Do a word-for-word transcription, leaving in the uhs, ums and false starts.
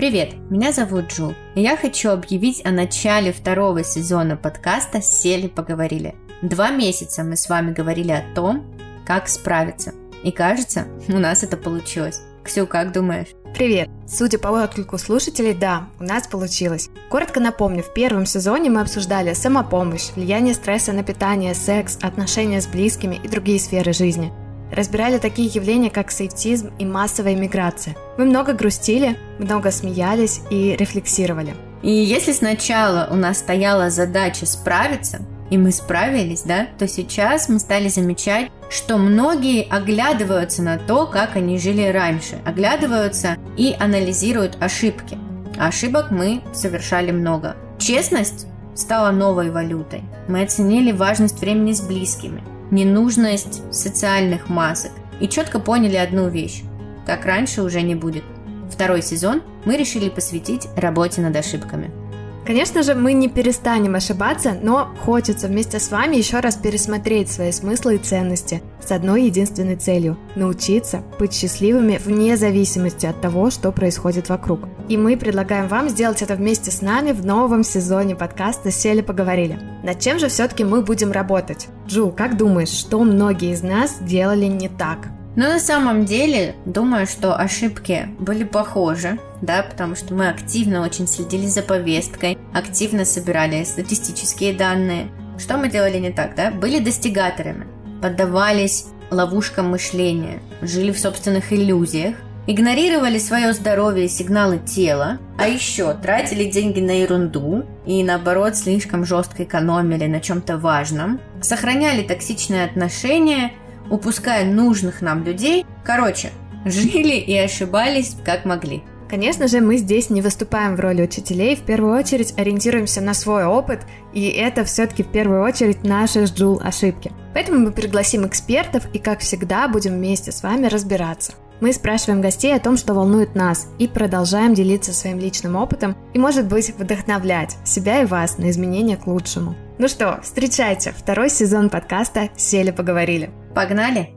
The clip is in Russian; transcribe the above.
Привет, меня зовут Джул, и я хочу объявить о начале второго сезона подкаста «Сели, поговорили». Два месяца мы с вами говорили о том, как справиться. И кажется, у нас это получилось. Ксю, как думаешь? Привет! Судя по отклику слушателей, да, у нас получилось. Коротко напомню, в первом сезоне мы обсуждали самопомощь, влияние стресса на питание, секс, отношения с близкими и другие сферы жизни. Разбирали такие явления, как сексизм и массовая миграция. Мы много грустили, много смеялись и рефлексировали. И если сначала у нас стояла задача справиться, и мы справились, да, то сейчас мы стали замечать, что многие оглядываются на то, как они жили раньше, оглядываются и анализируют ошибки. А ошибок мы совершали много. Честность стала новой валютой. Мы оценили важность времени с близкими, ненужность социальных масок и четко поняли одну вещь: как раньше уже не будет. Второй сезон мы решили посвятить работе над ошибками. Конечно же, мы не перестанем ошибаться, но хочется вместе с вами еще раз пересмотреть свои смыслы и ценности с одной единственной целью – научиться быть счастливыми вне зависимости от того, что происходит вокруг. И мы предлагаем вам сделать это вместе с нами в новом сезоне подкаста «Сели, поговорили». Над чем же все-таки мы будем работать? Джул, как думаешь, что многие из нас делали не так? Но на самом деле, думаю, что ошибки были похожи, да, потому что мы активно очень следили за повесткой, активно собирали статистические данные. Что мы делали не так, да? Были достигаторами, поддавались ловушкам мышления, жили в собственных иллюзиях, игнорировали свое здоровье и сигналы тела, а еще тратили деньги на ерунду и, наоборот, слишком жестко экономили на чем-то важном, сохраняли токсичные отношения, упуская нужных нам людей. Короче, жили и ошибались как могли. Конечно же, мы здесь не выступаем в роли учителей, в первую очередь ориентируемся на свой опыт, и это все-таки в первую очередь наши с Джул ошибки. Поэтому мы пригласим экспертов и, как всегда, будем вместе с вами разбираться. Мы спрашиваем гостей о том, что волнует нас, и продолжаем делиться своим личным опытом и, может быть, вдохновлять себя и вас на изменения к лучшему. Ну что, встречайте второй сезон подкаста «Сели, поговорили». Погнали!